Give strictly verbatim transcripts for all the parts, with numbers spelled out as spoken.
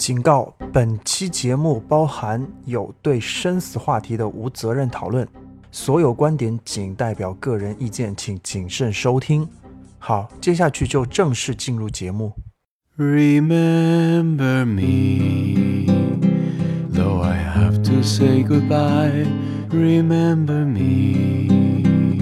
警告：本期节目包含有对生死话题的无责任讨论，所有观点仅代表个人意见，请谨慎收听。好，接下去就正式进入节目。 Remember me, though I have to say goodbye. Remember me,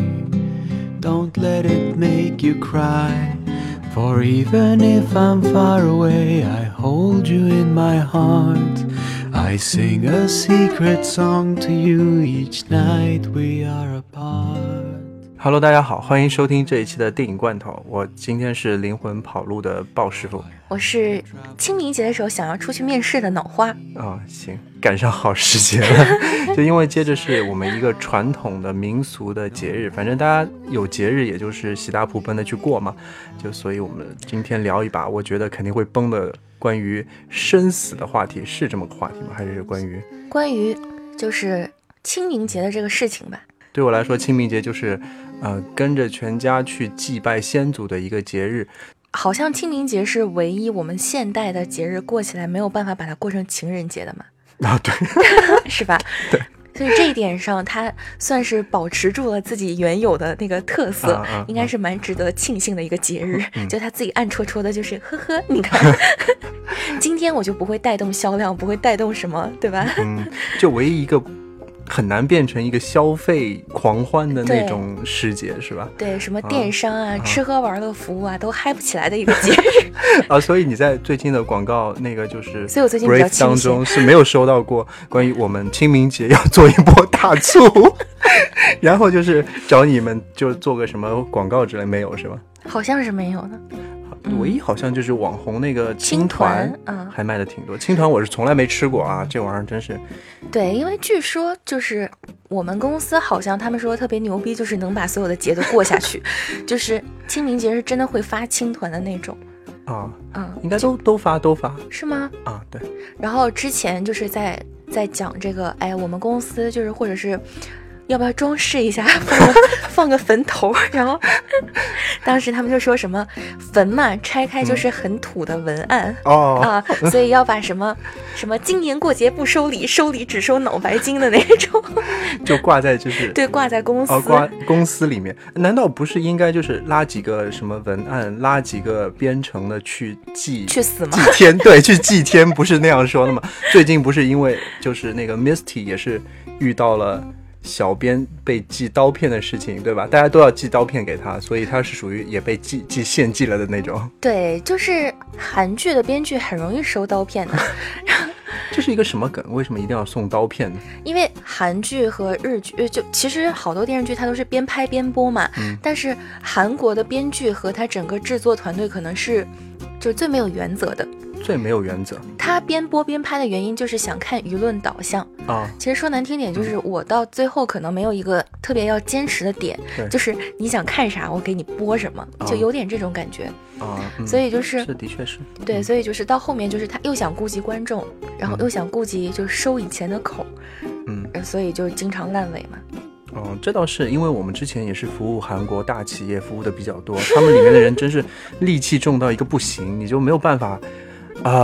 don't let it make you cry. For even if I'm far away, I hold you in my heart. I sing a secret song to you each night we are apart.Hello， 大家好，欢迎收听这一期的电影罐头。我今天是灵魂跑路的鲍师傅， 我是清明节的时候想要出去面试的脑花。 哦，行，赶上好时节了。就因为接着是我们一个传统的民俗的节日，反正大家有节日也就是喜大普奔的去过嘛，就所以我们今天聊一把我觉得肯定会崩的关于生死的话题。是这么个话题吗？还是关于关于就是清明节的这个事情吧？ 对我来说，清明节就是呃，跟着全家去祭拜先祖的一个节日。 好像清明节是唯一我们现代的节日过起来没有办法把它过成情人节的嘛？ 啊，对， 是吧？ 对。 所以这一点上，它算是保持住了自己原有的那个特色，啊啊啊、应该是蛮值得庆幸的一个节日。嗯、就他自己暗戳戳的，就是呵呵，你看，今天我就不会带动销量，不会带动什么，对吧？嗯， 就唯一一个。很难变成一个消费狂欢的那种时节，是吧？ 对，什么电商啊、啊吃喝玩乐服务啊，都嗨不起来的一个节日啊。所以你在最近的广告那个就是， 所以我最近比较清醒当中是没有收到过关于我们清明节要做一波大促，然后就是找你们就做个什么广告之类，没有是吧？ 好像是没有的。 唯一好像就是网红那个青团， 嗯， 还卖的挺多。青团我是从来没吃过啊，这玩意儿真是。 对，因为据说就是我们公司好像他们说特别牛逼，就是能把所有的节都过下去，就是清明节是真的会发青团的那种。 啊，嗯，应该都都发都发， 是吗？ 啊，对。 然后之前就是在在讲这个，哎，我们公司就是或者是。要不要装饰一下，放个放个坟头？然后当时他们就说什么坟嘛，拆开就是很土的文案、 嗯、哦啊，所以要把什么什么今年过节不收礼，收礼只收脑白金的那种， 就挂在就是对挂在公司哦，挂公司里面。难道不是应该就是拉几个什么文案，拉几个编程的去祭去死吗？ 祭天，对，去祭天，不是那样说的吗？最近不是因为就是那个 Misty 也是遇到了。小编被寄刀片的事情，对吧？大家都要寄刀片给他，所以他是属于也被寄寄献祭了的那种。 对，就是韩剧的编剧很容易收刀片的。 这是一个什么梗？为什么一定要送刀片呢？ 因为韩剧和日剧，就其实好多电视剧它都是边拍边播嘛。嗯、但是韩国的编剧和他整个制作团队可能是就是最没有原则的。 最没有原则， 他边播边拍的原因就是想看舆论导向啊。 其实说难听点，就是我到最后可能没有一个特别要坚持的点，就是你想看啥，我给你播什么，就有点这种感觉啊。嗯、 所以就是是的确是对，嗯、所以就是到后面就是他又想顾及观众，然后又想顾及就是收以前的口，嗯，所以就经常烂尾嘛。 哦，这倒是，因为我们之前也是服务韩国大企业，服务的比较多，他们里面的人真是戾气重到一个不行，你就没有办法。啊、uh ，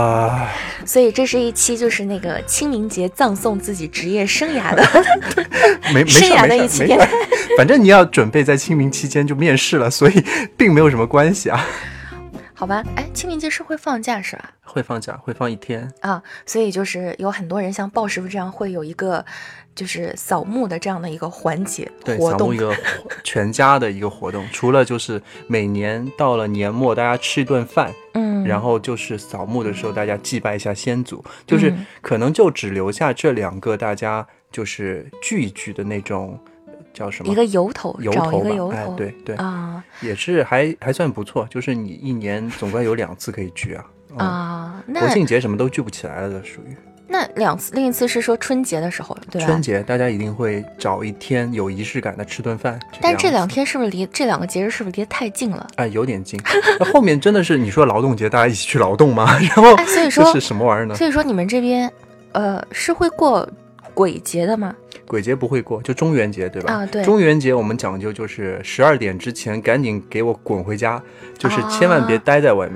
所以这是一期就是那个清明节葬送自己职业生涯的没生涯的一期片， 反正你要准备在清明期间就面试了，所以并没有什么关系啊。 好吧，哎，清明节是会放假是吧？ 会放假，会放一天啊，所以就是有很多人像鲍师傅这样会有一个就是扫墓的这样的一个环节对活动， 扫墓一个全家的一个活动。除了就是每年到了年末大家吃一顿饭，嗯，然后就是扫墓的时候大家祭拜一下先祖，就是可能就只留下这两个大家就是聚一聚的那种。叫什么？ 一个由头， 由头吧， 找一个由头， 哎，对对啊， 也是还还算不错。就是你一年总归有两次可以聚啊，嗯、 啊，那国庆节什么都聚不起来了的，属于。 那两次，另一次是说春节的时候，对吧？ 春节大家一定会找一天有仪式感的吃顿饭。 但这两天是不是离这两个节日是不是离得太近了？ 哎，有点近。那后面真的是你说劳动节，大家一起去劳动吗？然后， 哎、所以说这是什么玩意儿呢？ 所以说你们这边呃是会过鬼节的吗？ 鬼节不会过，就中元节对吧？ 啊，对。 中元节我们讲究就是十二点之前赶紧给我滚回家，就是千万别待在外面。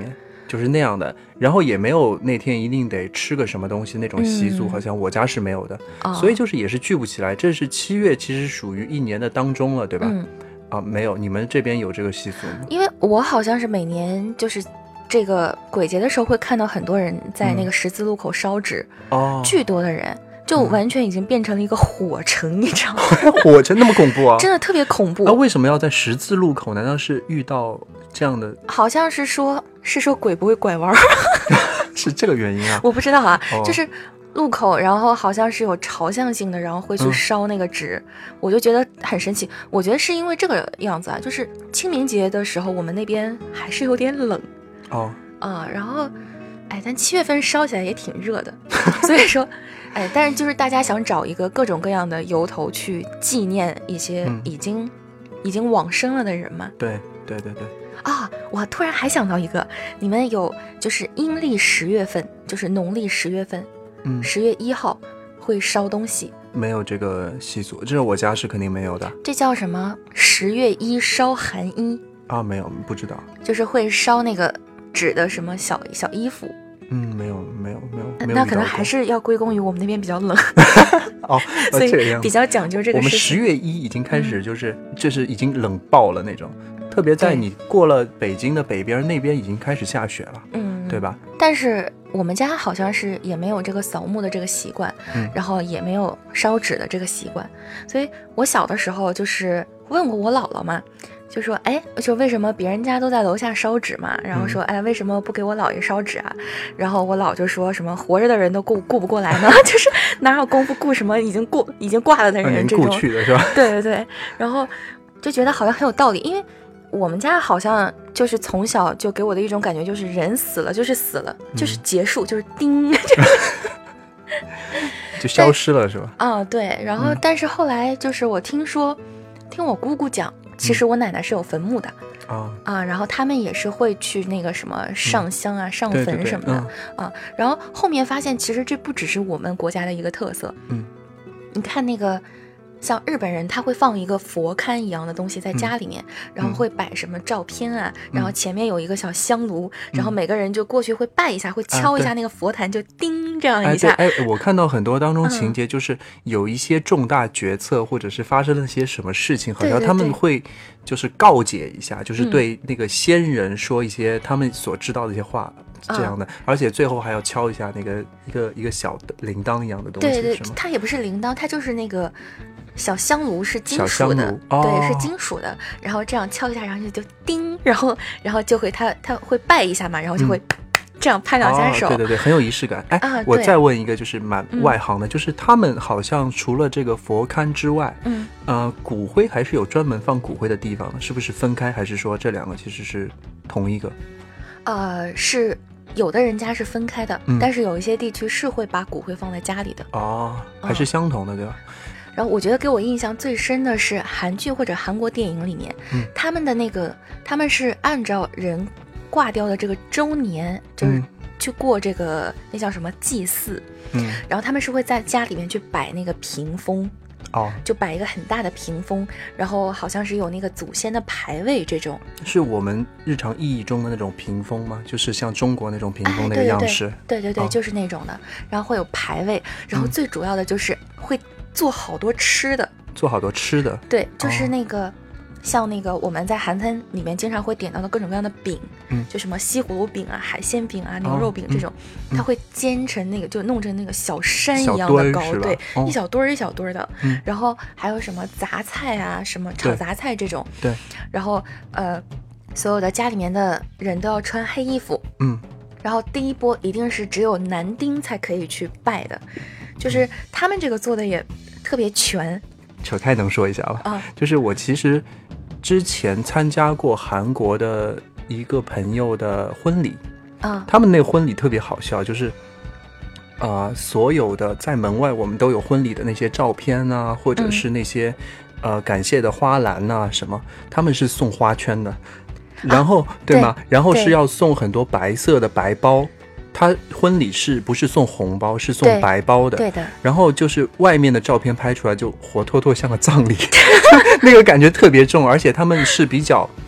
就是那样的，然后也没有那天一定得吃个什么东西那种习俗，嗯、好像我家是没有的、哦，所以就是也是聚不起来。这是七月，其实属于一年的当中了，对吧？嗯、啊，没有，你们这边有这个习俗吗？ 因为我好像是每年就是这个鬼节的时候会看到很多人在那个十字路口烧纸，哦、嗯，巨多的人。就完全已经变成了一个火城，嗯、你知道吗？ 火城那么恐怖啊！ 真的特别恐怖。 那、啊、为什么要在十字路口？难道是遇到这样的？ 好像是说，是说鬼不会拐弯， 是这个原因啊？ 我不知道啊，哦、就是路口，然后好像是有朝向性的，然后会去烧那个纸、嗯，我就觉得很神奇。我觉得是因为这个样子啊，就是清明节的时候，我们那边还是有点冷哦啊，然后。哎，但七月份烧起来也挺热的，所以说，哎，但是就是大家想找一个各种各样的由头去纪念一些已经、嗯、已经往生了的人嘛。 对对对对。 啊，我突然还想到一个，你们有就是阴历十月份，就是农历十月份，嗯，十月一号会烧东西。 没有这个习俗，这是我家是肯定没有的。 这叫什么？十月一烧寒衣啊？没有，不知道。 就是会烧那个。纸的什么小小衣服？ 嗯，没有没有没有没有。 那可能还是要归功于我们那边比较冷哦， 所以比较讲究这个事情。 我们十月一已经开始就是、嗯、就是已经冷爆了那种，特别在你过了北京的北边那边已经开始下雪了，嗯，对吧？ 但是我们家好像是也没有这个扫墓的这个习惯、嗯、然后也没有烧纸的这个习惯，所以我小的时候就是问过我姥姥嘛。就说哎，就为什么别人家都在楼下烧纸嘛？然后说哎，为什么不给我姥爷烧纸啊？然后我姥就说什么活着的人都顾顾不过来呢，就是哪有功夫顾什么已经过已经挂了的人这种。 过去的是吧？ 对对对，然后就觉得好像很有道理，因为我们家好像就是从小就给我的一种感觉就是人死了就是死了，嗯、就是结束，就是叮， 就消失了是吧？ 啊，对。然后、嗯、但是后来就是我听说，听我姑姑讲。其实我奶奶是有坟墓的、嗯、啊，然后他们也是会去那个什么上香啊、嗯、上坟什么的、对对对嗯、啊。然后后面发现，其实这不只是我们国家的一个特色。嗯，你看那个像日本人，他会放一个佛龛一样的东西在家里面，嗯、然后会摆什么照片啊、嗯，然后前面有一个小香炉、嗯，然后每个人就过去会拜一下，会敲一下那个佛坛，啊、就叮这样一下。 哎，哎我看到很多当中情节，就是有一些重大决策、嗯、或者是发生了些什么事情，好像他们会就是告解一下，对对对就是对那个先人说一些他们所知道的一些话。嗯这样的、嗯，而且最后还要敲一下那个一个一个小的铃铛一样的东西， 对对，它也不是铃铛，它就是那个小香炉，是金属的， 哦、 对，是金属的。然后这样敲一下，然后就就叮，然后然后就会它它会拜一下嘛，然后就会这样拍两下手、 嗯哦。对对对，很有仪式感。哎、啊，我再问一个，就是蛮外行的、嗯，就是他们好像除了这个佛龛之外，嗯，呃，骨灰还是有专门放骨灰的地方，是不是分开，还是说这两个其实是同一个？ 呃，是。有的人家是分开的、嗯，但是有一些地区是会把骨灰放在家里的哦，还是相同的、嗯、对吧？ 然后我觉得给我印象最深的是韩剧或者韩国电影里面、嗯，他们的那个他们是按照人挂掉的这个周年，就是去过这个、嗯、那叫什么祭祀，嗯，然后他们是会在家里面去摆那个屏风。 哦， 就摆一个很大的屏风，然后好像是有那个祖先的牌位，这种是我们日常意义中的那种屏风吗？就是像中国那种屏风那个样式？ 哎、对对对, 对对对、哦，就是那种的。然后会有牌位，然后最主要的就是会做好多吃的，嗯、 做好多吃的。 对，就是那个。哦像那个我们在韩餐里面经常会点到的各种各样的饼，嗯，就什么西葫芦饼啊、海鲜饼啊、牛肉饼这种，哦嗯、它会煎成那个，就弄成那个小山一样的高，对、哦，一小堆儿一小堆儿的、嗯。然后还有什么杂菜啊，什么炒杂菜这种， 对。 然后呃，所有的家里面的人都要穿黑衣服，嗯。然后第一波一定是只有男丁才可以去拜的，就是他们这个做的也特别全。 扯开能说一下吧、哦、就是我其实之前参加过韩国的一个朋友的婚礼、哦、他们那个婚礼特别好笑，就是呃，所有的在门外我们都有婚礼的那些照片啊，或者是那些、嗯、呃感谢的花篮啊什么，他们是送花圈的，然后、啊、对吗？对，然后是要送很多白色的白包，他婚礼是不是送红包，是送白包的， 对的。 然后就是外面的照片拍出来就活脱脱像个葬礼，那个感觉特别重，而且他们是比较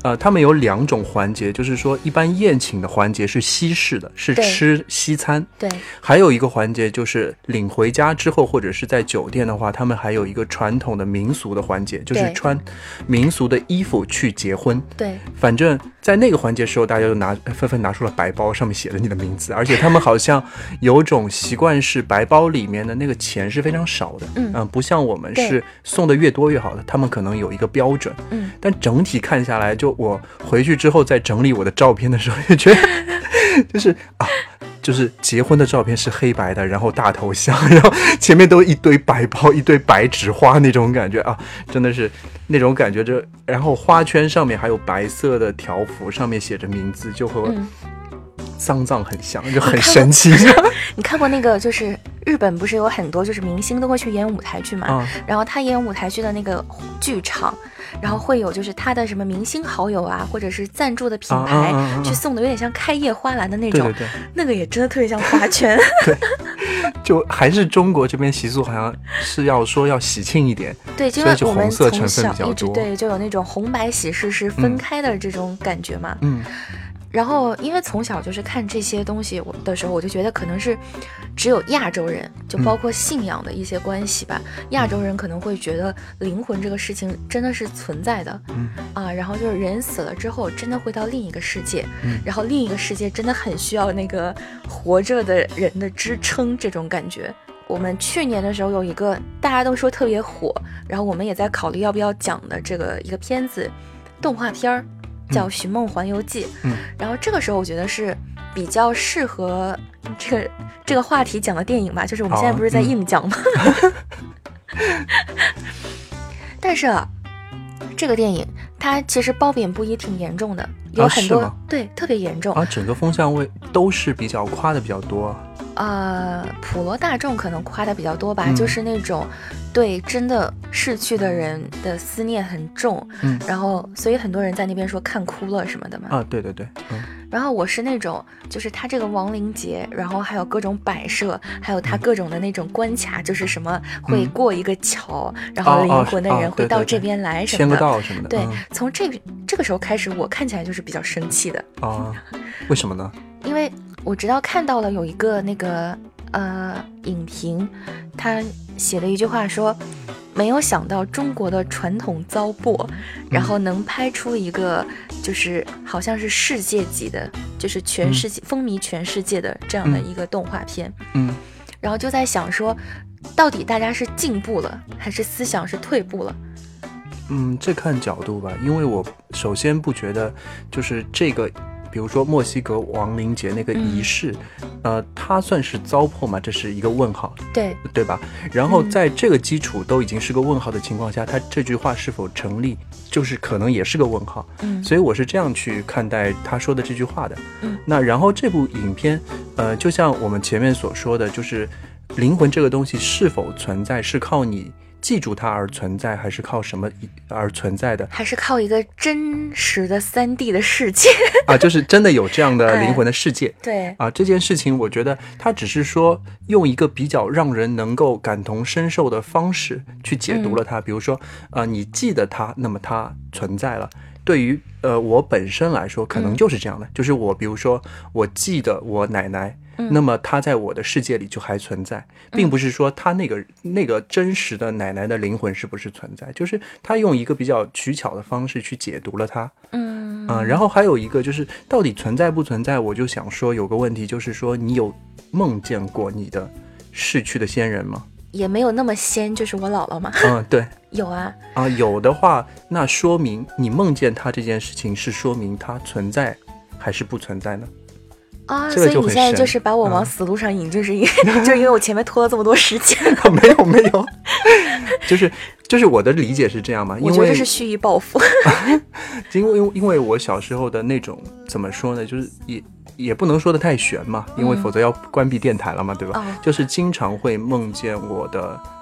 呃，他们有两种环节，就是说一般宴请的环节是西式的，是吃西餐， 对， 还有一个环节就是领回家之后或者是在酒店的话，他们还有一个传统的民俗的环节，就是穿民俗的衣服去结婚。 对， 反正在那个环节的时候，大家就拿纷纷拿出了白包，上面写着你的名字，而且他们好像有种习惯是白包里面的那个钱是非常少的，嗯、呃，不像我们是送的越多越好的，他们可能有一个标准，嗯，但整体看下来，就我回去之后在整理我的照片的时候，就觉得就是啊。就是结婚的照片是黑白的，然后大头像，然后前面都一堆白包，一堆白纸花那种感觉啊，真的是那种感觉。这然后花圈上面还有白色的条幅，上面写着名字，就和丧葬很像，就很神奇。 你看, 你看过那个就是日本不是有很多就是明星都会去演舞台剧嘛、嗯、然后他演舞台剧的那个剧场，然后会有就是他的什么明星好友啊，或者是赞助的品牌、啊啊啊啊、去送的，有点像开业花篮的那种，对对对，那个也真的特别像花圈。 对，就还是中国这边习俗好像是要说要喜庆一点， 对，因为我们从小一直对就有那种红白喜事是分开的这种感觉嘛，嗯。然后因为从小就是看这些东西的时候，我就觉得可能是只有亚洲人，就包括信仰的一些关系吧、嗯、亚洲人可能会觉得灵魂这个事情真的是存在的、嗯、啊，然后就是人死了之后真的会到另一个世界、嗯、然后另一个世界真的很需要那个活着的人的支撑，这种感觉。我们去年的时候有一个大家都说特别火，然后我们也在考虑要不要讲的这个一个片子动画片儿叫《寻梦环游记》，嗯，然后这个时候我觉得是比较适合这个这个话题讲的电影吧，就是我们现在不是在硬讲吗？嗯、但是啊，这个电影它其实褒贬不一，挺严重的，有很多、啊、对特别严重啊，整个风向位都是比较夸的比较多。 呃，普罗大众可能夸的比较多吧、嗯，就是那种对真的逝去的人的思念很重，嗯，然后所以很多人在那边说看哭了什么的嘛。 啊，对对对，嗯。 然后我是那种，就是他这个亡灵节，然后还有各种摆设，还有他各种的那种关卡，嗯、就是什么会过一个桥、嗯，然后灵魂的人会到这边来什么的， 签个到什么的。 对， 嗯、 从这这个时候开始，我看起来就是比较生气的。 啊，为什么呢？ 因为我直到看到了有一个那个呃影评，他写了一句话说，没有想到中国的传统糟粕，然后能拍出一个就是好像是世界级的，就是全世界、嗯、风靡全世界的这样的一个动画片。嗯，然后就在想说，到底大家是进步了，还是思想是退步了？ 嗯，这看角度吧，因为我首先不觉得就是这个。比如说墨西哥亡灵节那个仪式、嗯、呃，它算是糟粕吗？这是一个问号， 对对吧？然后在这个基础都已经是个问号的情况下，它这句话是否成立，就是可能也是个问号。嗯，所以我是这样去看待他说的这句话的。嗯，那然后这部影片，呃，就像我们前面所说的，就是灵魂这个东西是否存在，是靠你记住它而存在，还是靠什么而存在的？还是靠一个真实的 三 D 的世界啊，就是真的有这样的灵魂的世界。哎、 对啊，这件事情我觉得它只是说用一个比较让人能够感同身受的方式去解读了它。嗯、比如说，呃，你记得它，那么它存在了。对于呃我本身来说，可能就是这样的，嗯、就是我比如说我记得我奶奶。嗯、那么他在我的世界里就还存在，并不是说他那个、嗯、那个真实的奶奶的灵魂是不是存在，就是他用一个比较取巧的方式去解读了它。嗯啊、呃，然后还有一个就是到底存在不存在，我就想说有个问题，就是说你有梦见过你的逝去的先人吗？ 也没有那么仙，就是我姥姥嘛。 嗯，对， 有啊啊，有的话，那说明你梦见他这件事情是说明他存在还是不存在呢？ 啊，所以你现在就是把我往死路上引，就是因为、嗯、就是因为我前面拖了这么多时间。 没有没有，就是就是我的理解是这样嘛，因为我觉得这是蓄意报复。 因为因为我小时候的那种怎么说呢，就是也也不能说的太玄嘛，因为否则要关闭电台了嘛，对吧？嗯、就是经常会梦见我的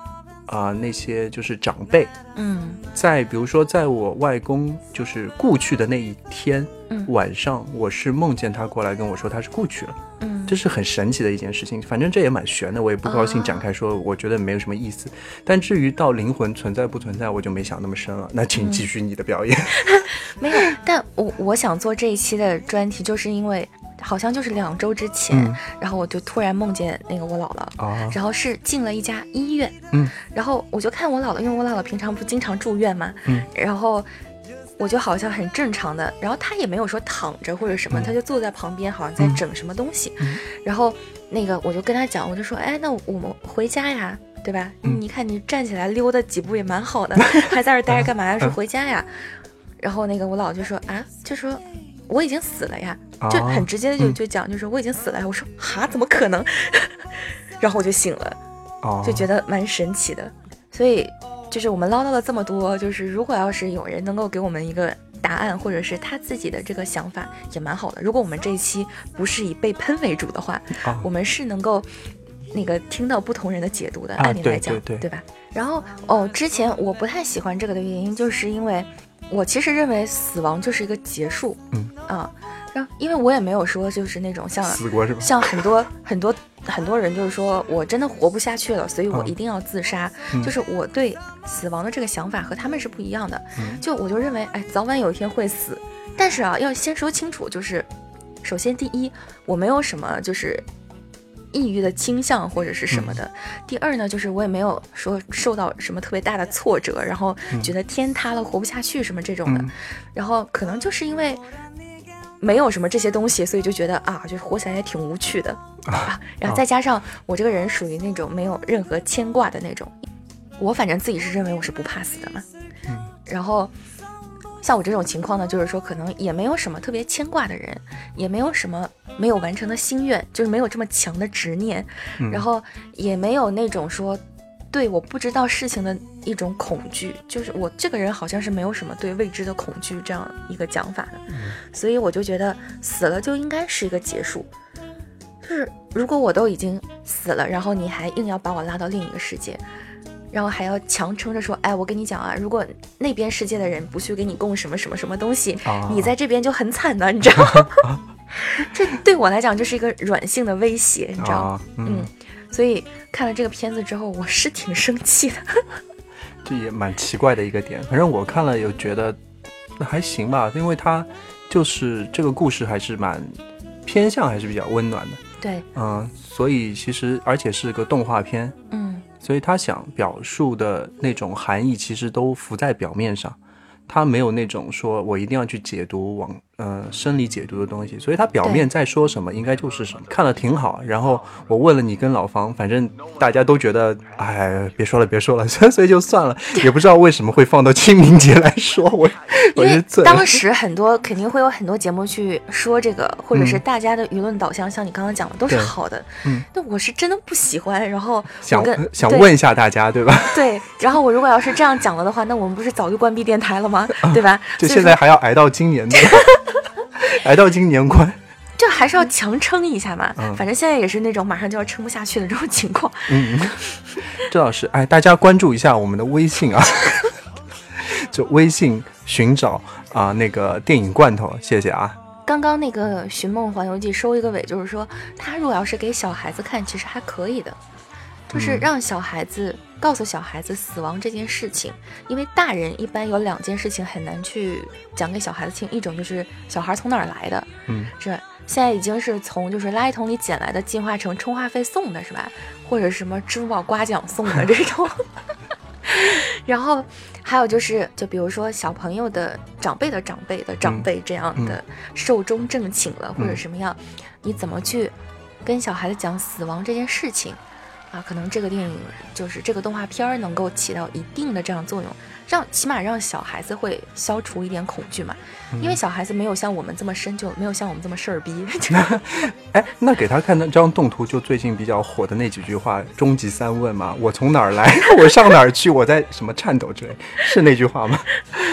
啊、呃、那些就是长辈， 嗯， 在比如说在我外公就是故去的那一天、嗯、晚上，我是梦见他过来跟我说他是故去了，嗯，这是很神奇的一件事情。反正这也蛮悬的，我也不高兴展开说，我觉得没有什么意思、哦、但至于到灵魂存在不存在，我就没想那么深了。那请继续你的表演、 嗯、没有，但我我想做这一期的专题就是因为好像就是两周之前、嗯、然后我就突然梦见那个我姥姥、哦、然后是进了一家医院，嗯，然后我就看我姥姥，因为我姥姥平常不经常住院嘛，嗯，然后我就好像很正常的，然后她也没有说躺着或者什么，她、嗯、就坐在旁边好像在整什么东西、嗯、然后那个我就跟她讲，我就说哎，那我们回家呀，对吧、嗯、你看你站起来溜达几步也蛮好的，还在这待着干嘛呀？说回家呀。然后那个我姥姥就说啊，就说我已经死了呀，就很直接的就就讲，就说我已经死了呀。我说哈，怎么可能？然后我就醒了，就觉得蛮神奇的。所以就是我们唠叨了这么多，就是如果要是有人能够给我们一个答案，或者是他自己的这个想法，也蛮好的。如果我们这一期不是以被喷为主的话，我们是能够那个听到不同人的解读的。按理来讲， 对对对， 对吧？然后哦，之前我不太喜欢这个的原因，就是因为我其实认为死亡就是一个结束，嗯啊，然后因为我也没有说就是那种像死过是吧？ 像很多很多很多人就是说我真的活不下去了，所以我一定要自杀。嗯、就是我对死亡的这个想法和他们是不一样的。嗯、就我就认为，哎，早晚有一天会死，但是啊，要先说清楚，就是首先第一，我没有什么就是抑郁的倾向或者是什么的、嗯、第二呢，就是我也没有说受到什么特别大的挫折，然后觉得天塌了活不下去什么这种的、嗯、然后可能就是因为没有什么这些东西，所以就觉得啊，就活起来也挺无趣的 啊, 啊然后再加上我这个人属于那种没有任何牵挂的那种，我反正自己是认为我是不怕死的嘛、嗯、然后像我这种情况呢，就是说可能也没有什么特别牵挂的人，也没有什么没有完成的心愿，就是没有这么强的执念、嗯、然后也没有那种说对我不知道事情的一种恐惧，就是我这个人好像是没有什么对未知的恐惧这样一个讲法的、嗯、所以我就觉得死了就应该是一个结束，就是如果我都已经死了，然后你还硬要把我拉到另一个世界，然后还要强撑着说，哎，我跟你讲啊，如果那边世界的人不去给你供什么什么什么东西、啊、你在这边就很惨的，你知道吗？这对我来讲就是一个软性的威胁，你知道吗、啊、嗯, 嗯所以看了这个片子之后，我是挺生气的。 这也蛮奇怪的一个点，反正我看了有觉得那还行吧，因为它就是这个故事还是蛮偏向还是比较温暖的， 对， 嗯，所以其实而且是个动画片，嗯，所以他想表述的那种含义其实都浮在表面上，他没有那种说我一定要去解读往呃生理解读的东西，所以他表面在说什么应该就是什么，看了挺好。然后我问了你跟老方，反正大家都觉得哎别说了别说了，所以就算了，也不知道为什么会放到清明节来说。我因为当时很多肯定会有很多节目去说这个，或者是大家的舆论导向、嗯、像你刚刚讲的都是好的，嗯，但我是真的不喜欢，然后想想问一下大家，对吧？ 对，然后我如果要是这样讲了的话，那我们不是早就关闭电台了吗？对吧？ 就现在还要挨到今年的挨到今年关， 就还是要强撑一下嘛、嗯、反正现在也是那种马上就要撑不下去的这种情况。嗯， 这倒是，哎，大家关注一下我们的微信啊就微信寻找啊、呃、那个电影罐头，谢谢啊。 刚刚那个寻梦环游记收一个尾，就是说他如果要是给小孩子看其实还可以的，就是让小孩子、嗯、告诉小孩子死亡这件事情，因为大人一般有两件事情很难去讲给小孩子听，一种就是小孩从哪儿来的，嗯，是现在已经是从就是垃圾桶里捡来的进化成充话费送的是吧，或者什么支付宝刮奖送的这种然后还有就是就比如说小朋友的长辈的长辈的长辈这样的寿终正寝了、嗯、或者什么样、嗯、你怎么去跟小孩子讲死亡这件事情啊，可能这个电影就是这个动画片能够起到一定的这样作用，让起码让小孩子会消除一点恐惧嘛、嗯、因为小孩子没有像我们这么深，就没有像我们这么事儿逼哎，那给他看那张动图，就最近比较火的那几句话，终极三问嘛，我从哪儿来我上哪儿去，我在什么颤抖之类，是那句话吗？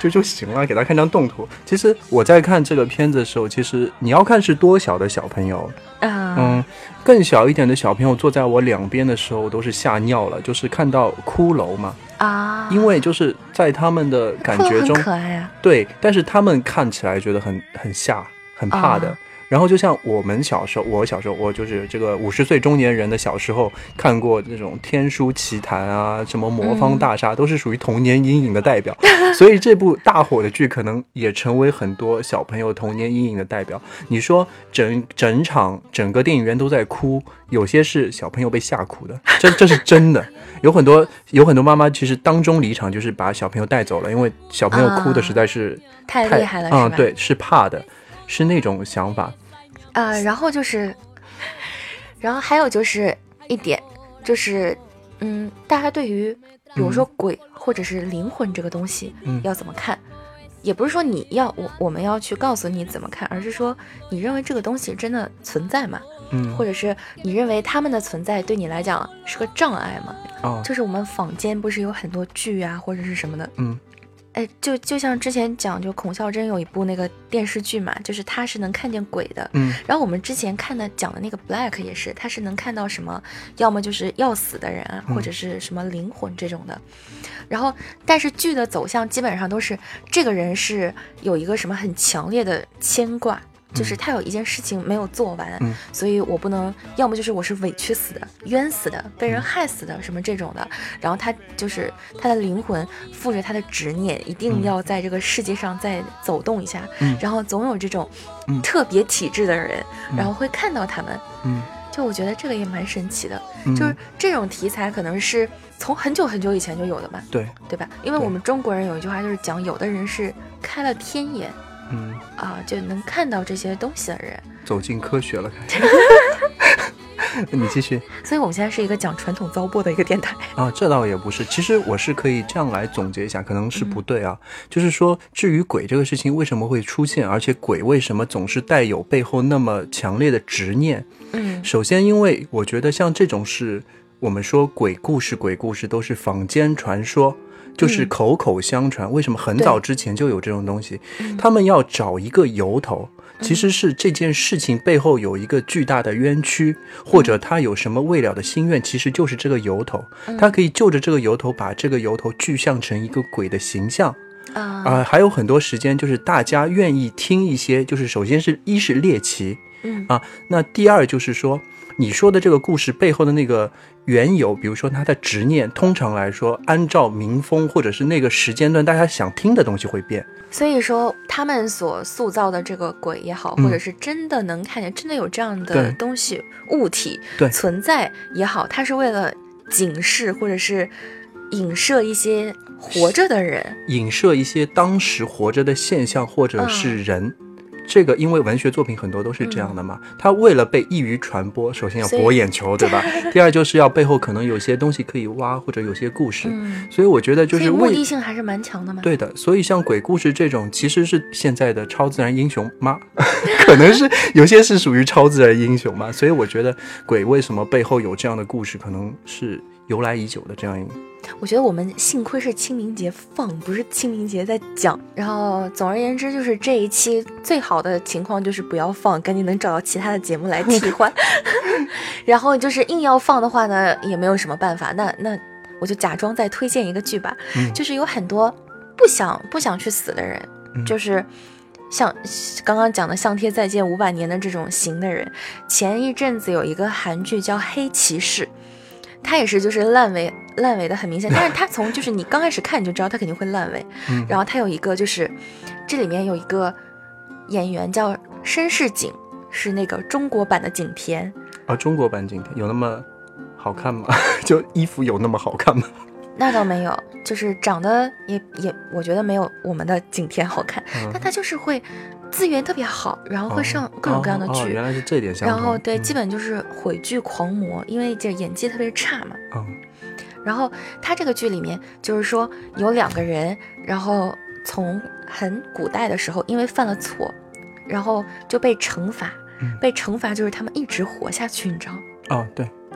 就就行了，给他看张动图。其实我在看这个片子的时候，其实你要看是多小的小朋友啊， 嗯，更小一点的小朋友坐在我两边的时候都是吓尿了，就是看到骷髅嘛啊， 因为就是在他们的感觉中很可爱啊， 对，但是他们看起来觉得很很吓很怕的、啊然后就像我们小时候，我小时候，我就是这个五十岁中年人的小时候看过那种天书奇谭啊，什么魔方大厦、嗯、都是属于童年阴影的代表，所以这部大火的剧可能也成为很多小朋友童年阴影的代表。你说整整场整个电影院都在哭，有些是小朋友被吓哭的，这这是真的。有很多有很多妈妈其实当中离场，就是把小朋友带走了，因为小朋友哭的实在是、 啊、太厉害了， 嗯，对，是怕的，是那种想法。 呃，然后就是，然后还有就是一点，就是嗯，大家对于比如说鬼或者是灵魂这个东西要怎么看？嗯、也不是说你要我我们要去告诉你怎么看，而是说你认为这个东西真的存在吗？嗯，或者是你认为他们的存在对你来讲是个障碍吗？哦，就是我们坊间不是有很多剧啊或者是什么的，嗯。哎，就就像之前讲，就孔孝真有一部那个电视剧嘛，就是他是能看见鬼的。嗯，然后我们之前看的讲的那个 Black 也是，他是能看到什么，要么就是要死的人啊，或者是什么灵魂这种的。然后，但是剧的走向基本上都是这个人是有一个什么很强烈的牵挂。就是他有一件事情没有做完、嗯、所以我不能，要么就是我是委屈死的、冤死的、被人害死的、嗯、什么这种的，然后他就是他的灵魂负着他的执念，一定要在这个世界上再走动一下、嗯、然后总有这种特别体质的人、嗯、然后会看到他们、嗯、就我觉得这个也蛮神奇的、嗯、就是这种题材可能是从很久很久以前就有的吧，对对吧？因为我们中国人有一句话就是讲，有的人是开了天眼，嗯啊，就能看到这些东西的人， 走进科学了，开始。你继续。 所以我们现在是一个讲传统糟粕的一个电台啊，这倒也不是。其实我是可以这样来总结一下，可能是不对啊。嗯、就是说，至于鬼这个事情为什么会出现，而且鬼为什么总是带有背后那么强烈的执念？嗯，首先，因为我觉得像这种事，我们说鬼故事，鬼故事都是坊间传说。就是口口相传、嗯、为什么很早之前就有这种东西、嗯、他们要找一个由头、嗯、其实是这件事情背后有一个巨大的冤屈、嗯、或者他有什么未了的心愿，其实就是这个由头、嗯、他可以就着这个由头把这个由头具象成一个鬼的形象啊、呃，还有很多时间就是大家愿意听一些，就是首先是一是猎奇嗯啊，那第二就是说你说的这个故事背后的那个缘由，比如说他的执念，通常来说按照民风或者是那个时间段大家想听的东西会变， 所以说他们所塑造的这个鬼也好、嗯、或者是真的能看见真的有这样的东西物体存在也好，它是为了警示或者是影射一些活着的人， 影射一些当时活着的现象或者是人、嗯，这个因为文学作品很多都是这样的嘛、嗯、他为了被易于传播，首先要博眼球对吧，第二就是要背后可能有些东西可以挖，或者有些故事、嗯、所以我觉得就是目的性还是蛮强的嘛。 对的，所以像鬼故事这种其实是现在的超自然英雄吗可能是有些是属于超自然英雄嘛，所以我觉得鬼为什么背后有这样的故事，可能是由来已久的这样一个。 我觉得我们幸亏是清明节放，不是清明节在讲。然后总而言之，就是这一期最好的情况就是不要放，赶紧能找到其他的节目来替换。然后就是硬要放的话呢，也没有什么办法。那那我就假装再推荐一个剧吧，嗯、就是有很多不想不想去死的人，嗯、就是像刚刚讲的相贴再见五百年的这种型的人。前一阵子有一个韩剧叫《黑骑士》。他也是就是烂尾烂尾的很明显，但是他从就是你刚开始看你就知道他肯定会烂尾、嗯、然后他有一个就是这里面有一个演员叫申世景，是那个中国版的景甜啊，中国版景甜有那么好看吗？就衣服有那么好看吗？ 那倒没有，就是长得也也我觉得没有我们的景甜好看、嗯、但他就是会资源特别好，然后会上各种各样的剧、 哦哦哦、原来是这点相同。 然后对、嗯、基本就是毁剧狂魔，因为这演技特别差嘛、嗯、然后他这个剧里面就是说有两个人，然后从很古代的时候因为犯了错，然后就被惩罚、嗯、被惩罚就是他们一直活下去，你知道哦，对，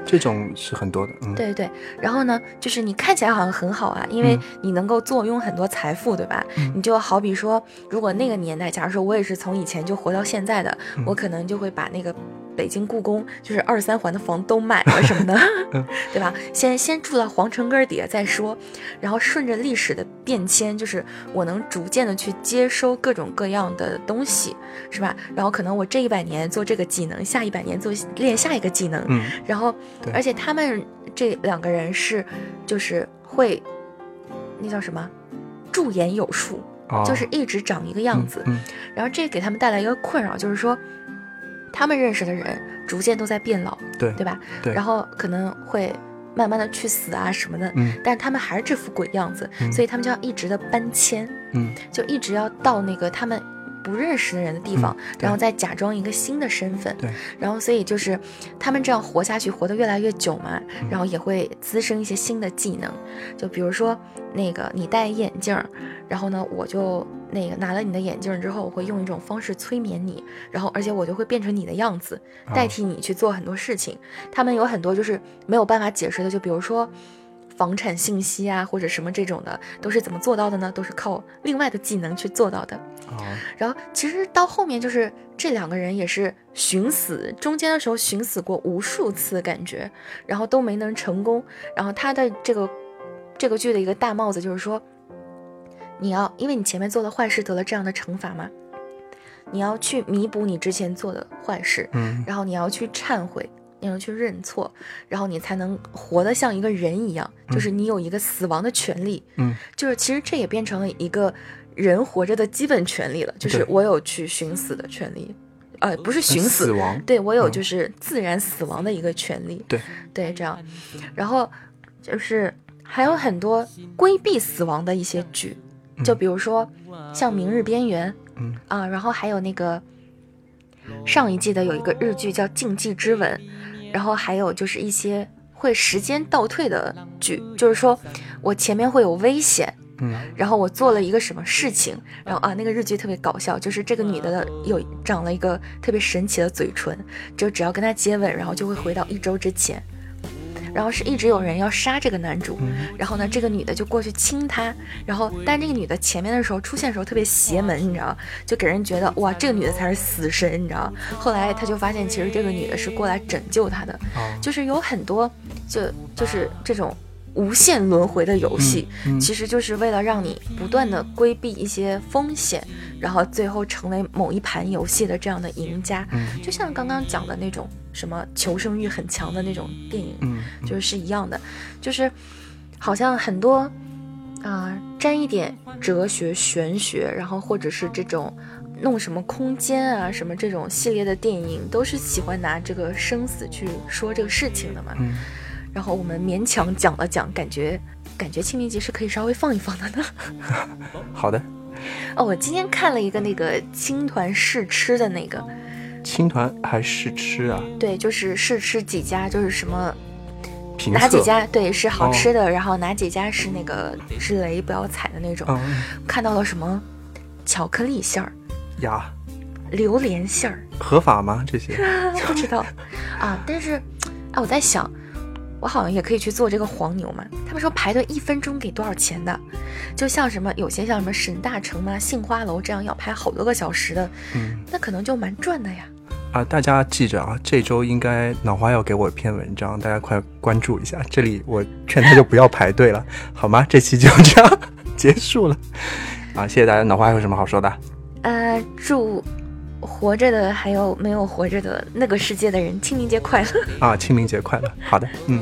这种是很多的。嗯， 对对。然后呢，就是你看起来好像很好啊，因为你能够坐拥很多财富，对吧？嗯、你就好比说，如果那个年代，假如说我也是从以前就活到现在的，嗯、我可能就会把那个北京故宫就是二三环的房都买了什么的，嗯、对吧？先先住到皇城根底下再说，然后顺着历史的变迁，就是我能逐渐的去接收各种各样的东西，是吧？然后可能我这一百年做这个技能，下一百年做练下一个技能，嗯、然后而且他们这两个人是就是会那叫什么驻颜有术，哦、就是一直长一个样子，嗯嗯、然后这给他们带来一个困扰，就是说他们认识的人逐渐都在变老， 对对吧？ 对， 然后可能会慢慢的去死啊什么的，嗯、但是他们还是这副鬼样子，嗯、所以他们就要一直的搬迁，嗯、就一直要到那个他们不认识的人的地方，嗯、然后再假装一个新的身份， 对， 然后所以就是他们这样活下去，活得越来越久嘛，嗯、然后也会滋生一些新的技能，就比如说那个你戴眼镜，然后呢我就那个拿了你的眼镜之后，我会用一种方式催眠你，然后而且我就会变成你的样子，代替你去做很多事情。哦、他们有很多就是没有办法解释的，就比如说房产信息啊或者什么这种的，都是怎么做到的呢？都是靠另外的技能去做到的。哦、然后其实到后面就是这两个人也是寻死，中间的时候寻死过无数次感觉，然后都没能成功。然后他的这个这个剧的一个大帽子就是说，你要因为你前面做的坏事得了这样的惩罚嘛，你要去弥补你之前做的坏事，嗯，然后你要去忏悔，你要去认错，然后你才能活得像一个人一样，嗯、就是你有一个死亡的权利，嗯，就是其实这也变成了一个人活着的基本权利了，就是我有去寻死的权利，呃，不是寻死， 死亡， 对我有就是自然死亡的一个权利， 对对，这样，然后就是还有很多规避死亡的一些剧。就比如说像《明日边缘》，嗯啊，然后还有那个上一季的有一个日剧叫《禁忌之吻》，然后还有就是一些会时间倒退的剧，就是说我前面会有危险，嗯，然后我做了一个什么事情，然后啊那个日剧特别搞笑，就是这个女的有长了一个特别神奇的嘴唇，就只要跟她接吻，然后就会回到一周之前。然后是一直有人要杀这个男主，嗯、然后呢，这个女的就过去亲他，然后但这个女的前面的时候出现的时候特别邪门，你知道，就给人觉得哇，这个女的才是死神，你知道。后来他就发现，其实这个女的是过来拯救他的，哦、就是有很多就就是这种无限轮回的游戏，嗯嗯、其实就是为了让你不断的规避一些风险，然后最后成为某一盘游戏的这样的赢家，嗯、就像刚刚讲的那种什么求生欲很强的那种电影，嗯、就是是一样的，就是好像很多啊、呃、沾一点哲学玄学，然后或者是这种弄什么空间啊什么这种系列的电影，都是喜欢拿这个生死去说这个事情的嘛。嗯、然后我们勉强讲了讲，感觉感觉清明节是可以稍微放一放的呢。 好的。 哦，我今天看了一个那个青团试吃的那个。 青团还试吃啊？ 对，就是试吃几家，就是什么哪几家对是好吃的，哦、然后哪几家是那个是雷不要踩的那种。哦、看到了什么巧克力馅儿呀， 榴莲馅儿， 合法吗？这些不知道啊。但是啊，我在想，我好像也可以去做这个黄牛嘛。他们说排队一分钟给多少钱的，就像什么有些像什么沈大成嘛、杏花楼这样要排好多个小时的，嗯，那可能就蛮赚的呀。 啊，大家记着啊，这周应该脑花要给我一篇文章，大家快关注一下。这里我劝他就不要排队了，好吗？这期就这样结束了。啊，谢谢大家。脑花还有什么好说的？ 呃，祝活着的还有没有活着的那个世界的人清明节快乐啊！清明节快乐。好的，嗯。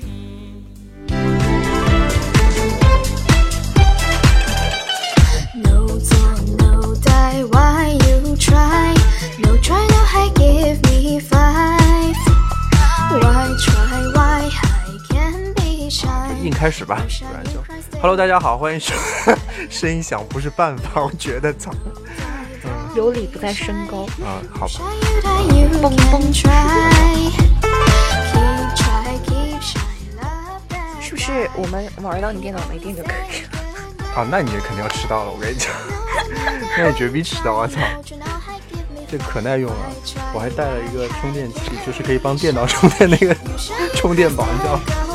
No 做 no die why you try No try no high give me five Why try why I can be shy 硬开始吧，不然就 Hello 大家好，欢迎收声音响不是办法，我觉得操、 嗯、有理不在身高啊、嗯，好吧蹦蹦是不是我们玩到你电脑没电就可以了啊，那你肯定要迟到了，我跟你讲那你绝逼迟到，我操这个可耐用了，我还带了一个充电器，就是可以帮电脑充电那个充电宝，你知道吗？